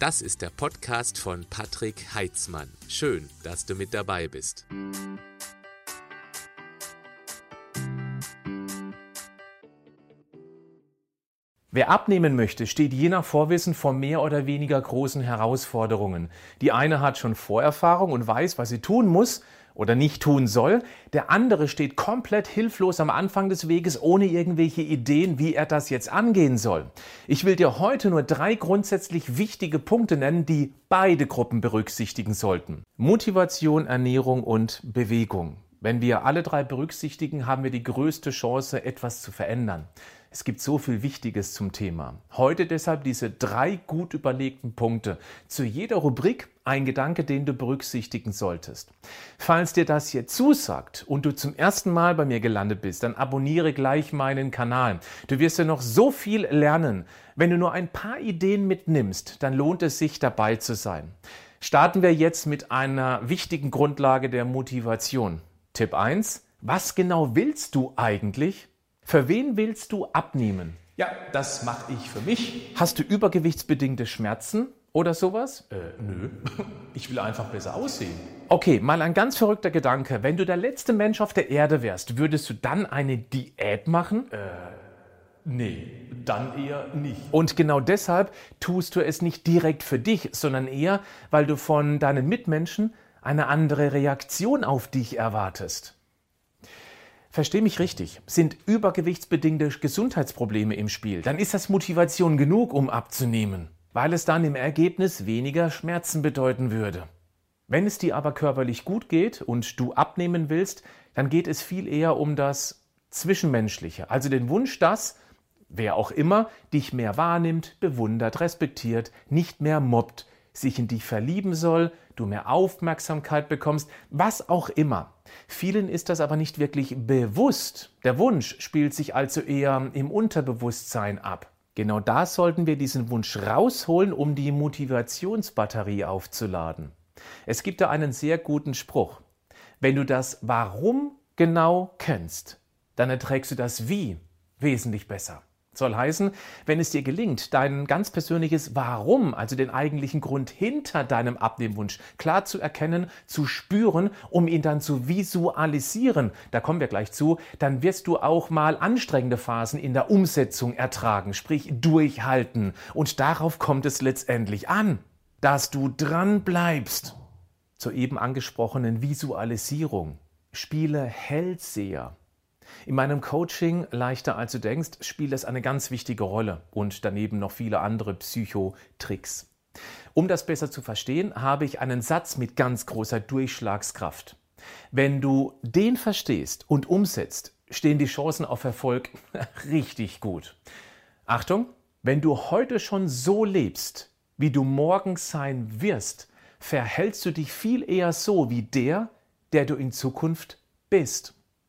Das ist der Podcast von Patrick Heitzmann. Schön, dass du mit dabei bist. Wer abnehmen möchte, steht je nach Vorwissen vor mehr oder weniger großen Herausforderungen. Die eine hat schon Vorerfahrung und weiß, was sie tun muss oder nicht tun soll. Der andere steht komplett hilflos am Anfang des Weges, ohne irgendwelche Ideen, wie er das jetzt angehen soll. Ich will dir heute nur 3 grundsätzlich wichtige Punkte nennen, die beide Gruppen berücksichtigen sollten. Motivation, Ernährung und Bewegung. Wenn wir alle 3 berücksichtigen, haben wir die größte Chance, etwas zu verändern. Es gibt so viel Wichtiges zum Thema. Heute deshalb diese 3 gut überlegten Punkte. Zu jeder Rubrik ein Gedanke, den du berücksichtigen solltest. Falls dir das hier zusagt und du zum ersten Mal bei mir gelandet bist, dann abonniere gleich meinen Kanal. Du wirst ja noch so viel lernen. Wenn du nur ein paar Ideen mitnimmst, dann lohnt es sich, dabei zu sein. Starten wir jetzt mit einer wichtigen Grundlage der Motivation. Tipp 1. Was genau willst du eigentlich? Für wen willst du abnehmen? Ja, das mache ich für mich. Hast du übergewichtsbedingte Schmerzen oder sowas? Nö. Ich will einfach besser aussehen. Okay, mal ein ganz verrückter Gedanke. Wenn du der letzte Mensch auf der Erde wärst, würdest du dann eine Diät machen? Nee, dann eher nicht. Und genau deshalb tust du es nicht direkt für dich, sondern eher, weil du von deinen Mitmenschen eine andere Reaktion auf dich erwartest. Versteh mich richtig, sind übergewichtsbedingte Gesundheitsprobleme im Spiel, dann ist das Motivation genug, um abzunehmen, weil es dann im Ergebnis weniger Schmerzen bedeuten würde. Wenn es dir aber körperlich gut geht und du abnehmen willst, dann geht es viel eher um das Zwischenmenschliche, also den Wunsch, dass, wer auch immer, dich mehr wahrnimmt, bewundert, respektiert, nicht mehr mobbt, sich in dich verlieben soll, du mehr Aufmerksamkeit bekommst, was auch immer. Vielen ist das aber nicht wirklich bewusst. Der Wunsch spielt sich also eher im Unterbewusstsein ab. Genau da sollten wir diesen Wunsch rausholen, um die Motivationsbatterie aufzuladen. Es gibt da einen sehr guten Spruch. Wenn du das Warum genau kennst, dann erträgst du das Wie wesentlich besser. Soll heißen, wenn es dir gelingt, dein ganz persönliches Warum, also den eigentlichen Grund hinter deinem Abnehmwunsch, klar zu erkennen, zu spüren, um ihn dann zu visualisieren, da kommen wir gleich zu, dann wirst du auch mal anstrengende Phasen in der Umsetzung ertragen, sprich durchhalten. Und darauf kommt es letztendlich an, dass du dran bleibst. Zur eben angesprochenen Visualisierung. Spiele Hellseher. In meinem Coaching Leichter als du denkst spielt es eine ganz wichtige Rolle und daneben noch viele andere Psychotricks. Um das besser zu verstehen, habe ich einen Satz mit ganz großer Durchschlagskraft. Wenn du den verstehst und umsetzt, stehen die Chancen auf Erfolg richtig gut. Achtung, wenn du heute schon so lebst, wie du morgen sein wirst, verhältst du dich viel eher so wie der du in Zukunft bist.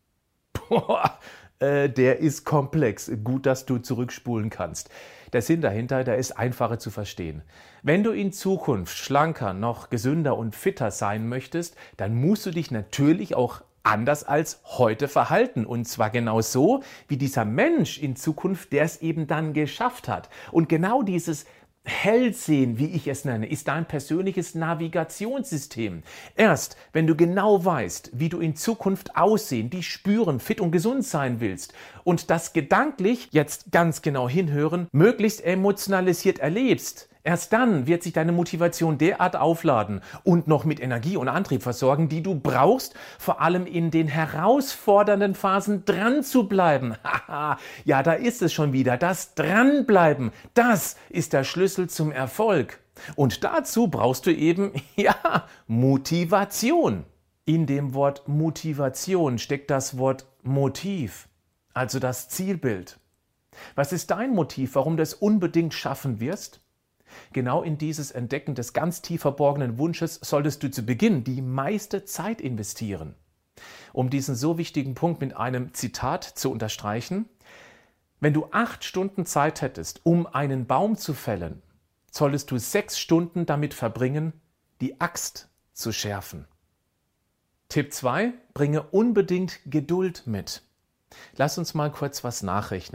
Der ist komplex. Gut, dass du zurückspulen kannst. Der Sinn dahinter, der ist einfacher zu verstehen. Wenn du in Zukunft schlanker, noch gesünder und fitter sein möchtest, dann musst du dich natürlich auch anders als heute verhalten. Und zwar genau so, wie dieser Mensch in Zukunft, der es eben dann geschafft hat. Und genau dieses Hellsehen, wie ich es nenne, ist dein persönliches Navigationssystem. Erst, wenn du genau weißt, wie du in Zukunft aussehen, dich spüren, fit und gesund sein willst und das gedanklich, jetzt ganz genau hinhören, möglichst emotionalisiert erlebst, erst dann wird sich deine Motivation derart aufladen und noch mit Energie und Antrieb versorgen, die du brauchst, vor allem in den herausfordernden Phasen dran zu bleiben. Haha, ja, da ist es schon wieder. Das Dranbleiben, das ist der Schlüssel zum Erfolg. Und dazu brauchst du eben, Motivation. In dem Wort Motivation steckt das Wort Motiv, also das Zielbild. Was ist dein Motiv, warum du es unbedingt schaffen wirst? Genau in dieses Entdecken des ganz tief verborgenen Wunsches solltest du zu Beginn die meiste Zeit investieren. Um diesen so wichtigen Punkt mit einem Zitat zu unterstreichen: Wenn du 8 Stunden Zeit hättest, um einen Baum zu fällen, solltest du 6 Stunden damit verbringen, die Axt zu schärfen. Tipp 2: Bringe unbedingt Geduld mit. Lass uns mal kurz was nachrechnen.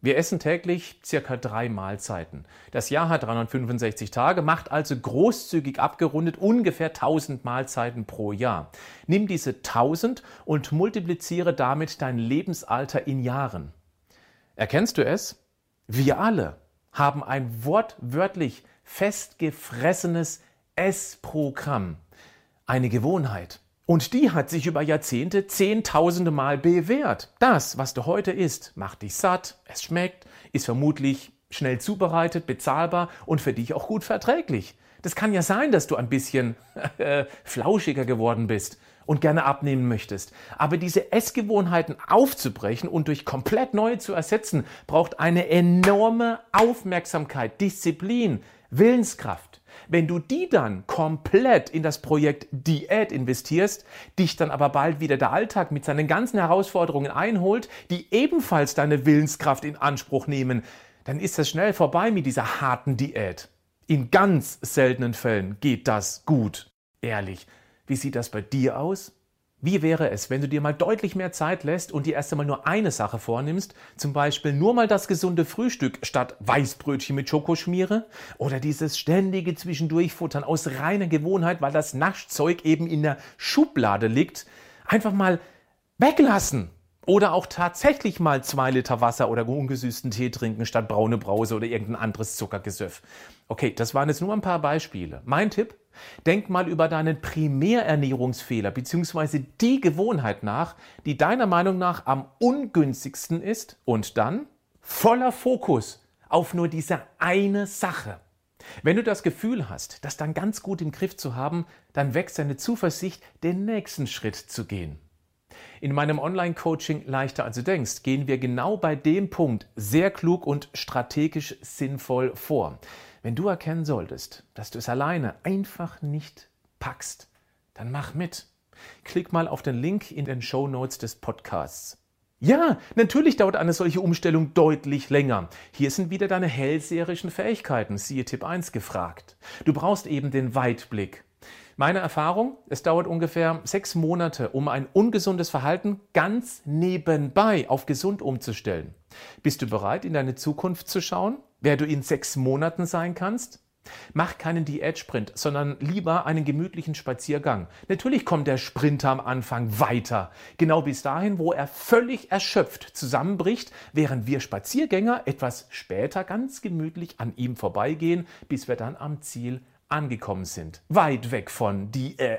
Wir essen täglich circa 3 Mahlzeiten. Das Jahr hat 365 Tage, macht also großzügig abgerundet ungefähr 1000 Mahlzeiten pro Jahr. Nimm diese 1000 und multipliziere damit dein Lebensalter in Jahren. Erkennst du es? Wir alle haben ein wortwörtlich festgefressenes Essprogramm, eine Gewohnheit. Und die hat sich über Jahrzehnte zehntausende Mal bewährt. Das, was du heute isst, macht dich satt, es schmeckt, ist vermutlich schnell zubereitet, bezahlbar und für dich auch gut verträglich. Das kann ja sein, dass du ein bisschen flauschiger geworden bist und gerne abnehmen möchtest. Aber diese Essgewohnheiten aufzubrechen und durch komplett neue zu ersetzen, braucht eine enorme Aufmerksamkeit, Disziplin, Willenskraft. Wenn du die dann komplett in das Projekt Diät investierst, dich dann aber bald wieder der Alltag mit seinen ganzen Herausforderungen einholt, die ebenfalls deine Willenskraft in Anspruch nehmen, dann ist das schnell vorbei mit dieser harten Diät. In ganz seltenen Fällen geht das gut. Ehrlich, wie sieht das bei dir aus? Wie wäre es, wenn du dir mal deutlich mehr Zeit lässt und dir erst einmal nur eine Sache vornimmst, zum Beispiel nur mal das gesunde Frühstück statt Weißbrötchen mit Schokoschmiere oder dieses ständige Zwischendurchfuttern aus reiner Gewohnheit, weil das Naschzeug eben in der Schublade liegt, einfach mal weglassen. Oder auch tatsächlich mal 2 Liter Wasser oder ungesüßten Tee trinken statt braune Brause oder irgendein anderes Zuckergesöff. Okay, das waren jetzt nur ein paar Beispiele. Mein Tipp: Denk mal über deinen Primärernährungsfehler bzw. die Gewohnheit nach, die deiner Meinung nach am ungünstigsten ist und dann voller Fokus auf nur diese eine Sache. Wenn du das Gefühl hast, das dann ganz gut im Griff zu haben, dann wächst deine Zuversicht, den nächsten Schritt zu gehen. In meinem Online-Coaching Leichter als du denkst gehen wir genau bei dem Punkt sehr klug und strategisch sinnvoll vor. Wenn du erkennen solltest, dass du es alleine einfach nicht packst, dann mach mit. Klick mal auf den Link in den Shownotes des Podcasts. Ja, natürlich dauert eine solche Umstellung deutlich länger. Hier sind wieder deine hellseherischen Fähigkeiten, siehe Tipp 1, gefragt. Du brauchst eben den Weitblick. Meine Erfahrung: Es dauert ungefähr 6 Monate, um ein ungesundes Verhalten ganz nebenbei auf gesund umzustellen. Bist du bereit, in deine Zukunft zu schauen, wer du in 6 Monaten sein kannst? Mach keinen Diätsprint, sondern lieber einen gemütlichen Spaziergang. Natürlich kommt der Sprinter am Anfang weiter, genau bis dahin, wo er völlig erschöpft zusammenbricht, während wir Spaziergänger etwas später ganz gemütlich an ihm vorbeigehen, bis wir dann am Ziel angekommen sind. Weit weg von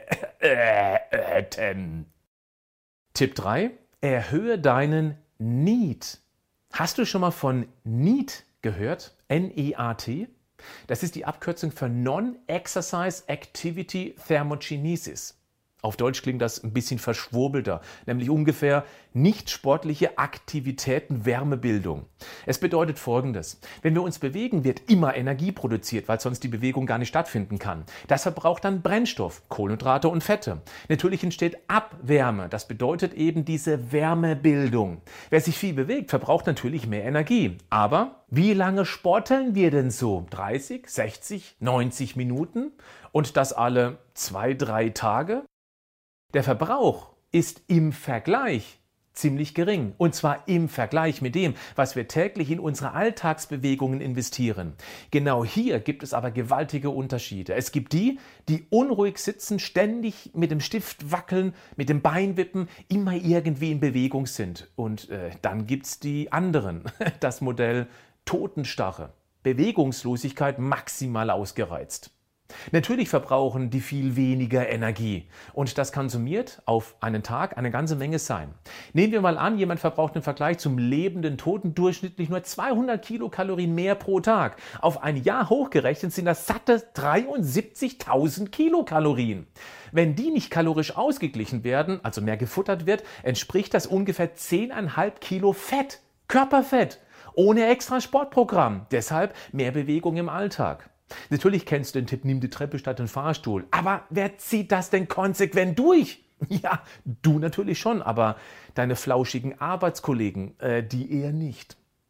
Diäten. Tipp 3. Erhöhe deinen Need. Hast du schon mal von NEAT gehört? N-E-A-T? Das ist die Abkürzung für Non-Exercise Activity Thermogenesis. Auf Deutsch klingt das ein bisschen verschwurbelter, nämlich ungefähr nicht sportliche Aktivitäten Wärmebildung. Es bedeutet Folgendes: Wenn wir uns bewegen, wird immer Energie produziert, weil sonst die Bewegung gar nicht stattfinden kann. Das verbraucht dann Brennstoff, Kohlenhydrate und Fette. Natürlich entsteht Abwärme, das bedeutet eben diese Wärmebildung. Wer sich viel bewegt, verbraucht natürlich mehr Energie. Aber wie lange sporteln wir denn so? 30, 60, 90 Minuten? Und das alle 2, 3 Tage? Der Verbrauch ist im Vergleich ziemlich gering. Und zwar im Vergleich mit dem, was wir täglich in unsere Alltagsbewegungen investieren. Genau hier gibt es aber gewaltige Unterschiede. Es gibt die, die unruhig sitzen, ständig mit dem Stift wackeln, mit dem Bein wippen, immer irgendwie in Bewegung sind. Und dann gibt es die anderen, das Modell Totenstarre. Bewegungslosigkeit maximal ausgereizt. Natürlich verbrauchen die viel weniger Energie und das konsumiert auf einen Tag eine ganze Menge sein. Nehmen wir mal an, jemand verbraucht im Vergleich zum lebenden Toten durchschnittlich nur 200 Kilokalorien mehr pro Tag. Auf ein Jahr hochgerechnet sind das satte 73.000 Kilokalorien. Wenn die nicht kalorisch ausgeglichen werden, also mehr gefuttert wird, entspricht das ungefähr 10,5 Kilo Fett, Körperfett, ohne extra Sportprogramm. Deshalb mehr Bewegung im Alltag. Natürlich kennst du den Tipp, nimm die Treppe statt den Fahrstuhl. Aber wer zieht das denn konsequent durch? Ja, du natürlich schon, aber deine flauschigen Arbeitskollegen, die eher nicht.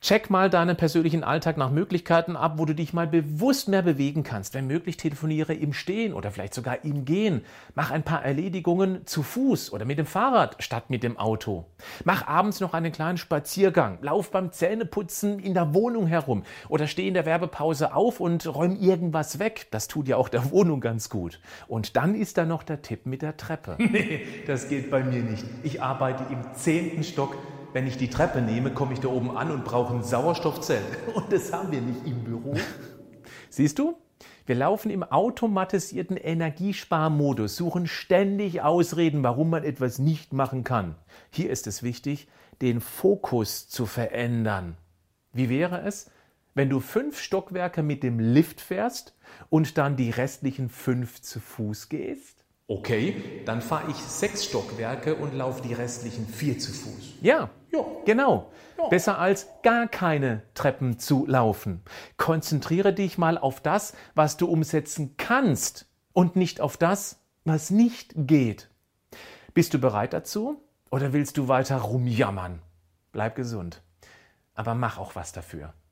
Check mal deinen persönlichen Alltag nach Möglichkeiten ab, wo du dich mal bewusst mehr bewegen kannst. Wenn möglich, telefoniere im Stehen oder vielleicht sogar im Gehen. Mach ein paar Erledigungen zu Fuß oder mit dem Fahrrad statt mit dem Auto. Mach abends noch einen kleinen Spaziergang. Lauf beim Zähneputzen in der Wohnung herum oder steh in der Werbepause auf und räum irgendwas weg. Das tut ja auch der Wohnung ganz gut. Und dann ist da noch der Tipp mit der Treppe. Nee, das geht bei mir nicht. Ich arbeite im 10. Stock. Wenn ich die Treppe nehme, komme ich da oben an und brauche ein Sauerstoffzelt. Und das haben wir nicht im Büro. Siehst du? Wir laufen im automatisierten Energiesparmodus, suchen ständig Ausreden, warum man etwas nicht machen kann. Hier ist es wichtig, den Fokus zu verändern. Wie wäre es, wenn du 5 Stockwerke mit dem Lift fährst und dann die restlichen 5 zu Fuß gehst? Okay, dann fahre ich 6 Stockwerke und laufe die restlichen 4 zu Fuß. Ja, Ja. genau. Ja. Besser als gar keine Treppen zu laufen. Konzentriere dich mal auf das, was du umsetzen kannst und nicht auf das, was nicht geht. Bist du bereit dazu oder willst du weiter rumjammern? Bleib gesund, aber mach auch was dafür.